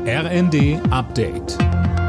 RND Update.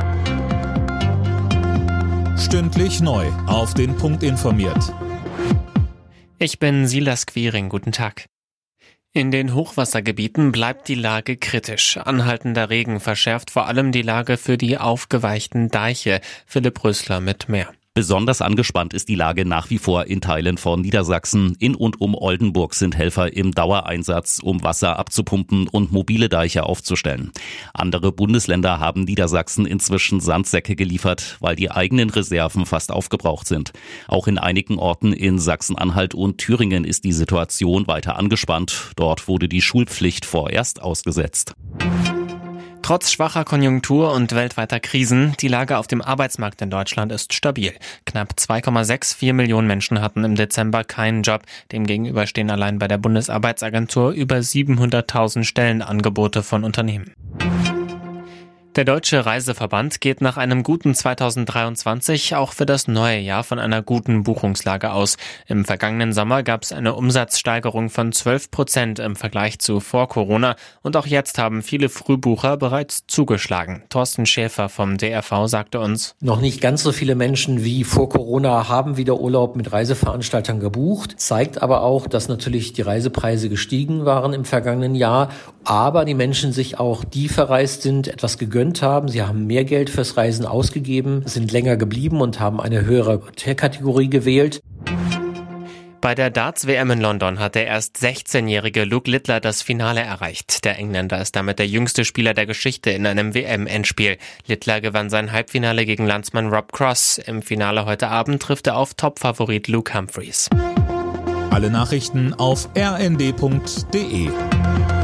Stündlich neu auf den Punkt informiert. Ich bin Silas Quiring, guten Tag. In den Hochwassergebieten bleibt die Lage kritisch. Anhaltender Regen verschärft vor allem die Lage für die aufgeweichten Deiche. Philipp Rösler mit mehr. Besonders angespannt ist die Lage nach wie vor in Teilen von Niedersachsen. In und um Oldenburg sind Helfer im Dauereinsatz, um Wasser abzupumpen und mobile Deiche aufzustellen. Andere Bundesländer haben Niedersachsen inzwischen Sandsäcke geliefert, weil die eigenen Reserven fast aufgebraucht sind. Auch in einigen Orten in Sachsen-Anhalt und Thüringen ist die Situation weiter angespannt. Dort wurde die Schulpflicht vorerst ausgesetzt. Trotz schwacher Konjunktur und weltweiter Krisen, die Lage auf dem Arbeitsmarkt in Deutschland ist stabil. Knapp 2,64 Millionen Menschen hatten im Dezember keinen Job. Demgegenüber stehen allein bei der Bundesarbeitsagentur über 700.000 Stellenangebote von Unternehmen. Der Deutsche Reiseverband geht nach einem guten 2023 auch für das neue Jahr von einer guten Buchungslage aus. Im vergangenen Sommer gab es eine Umsatzsteigerung von 12% im Vergleich zu vor Corona und auch jetzt haben viele Frühbucher bereits zugeschlagen. Thorsten Schäfer vom DRV sagte uns: Noch nicht ganz so viele Menschen wie vor Corona haben wieder Urlaub mit Reiseveranstaltern gebucht, zeigt aber auch, dass natürlich die Reisepreise gestiegen waren im vergangenen Jahr, aber die Menschen sich auch, die verreist sind, etwas gegönnt haben. Sie haben mehr Geld fürs Reisen ausgegeben, sind länger geblieben und haben eine höhere Hotelkategorie gewählt. Bei der Darts-WM in London hat der erst 16-jährige Luke Littler das Finale erreicht. Der Engländer ist damit der jüngste Spieler der Geschichte in einem WM-Endspiel. Littler gewann sein Halbfinale gegen Landsmann Rob Cross. Im Finale heute Abend trifft er auf Topfavorit Luke Humphries. Alle Nachrichten auf rnd.de.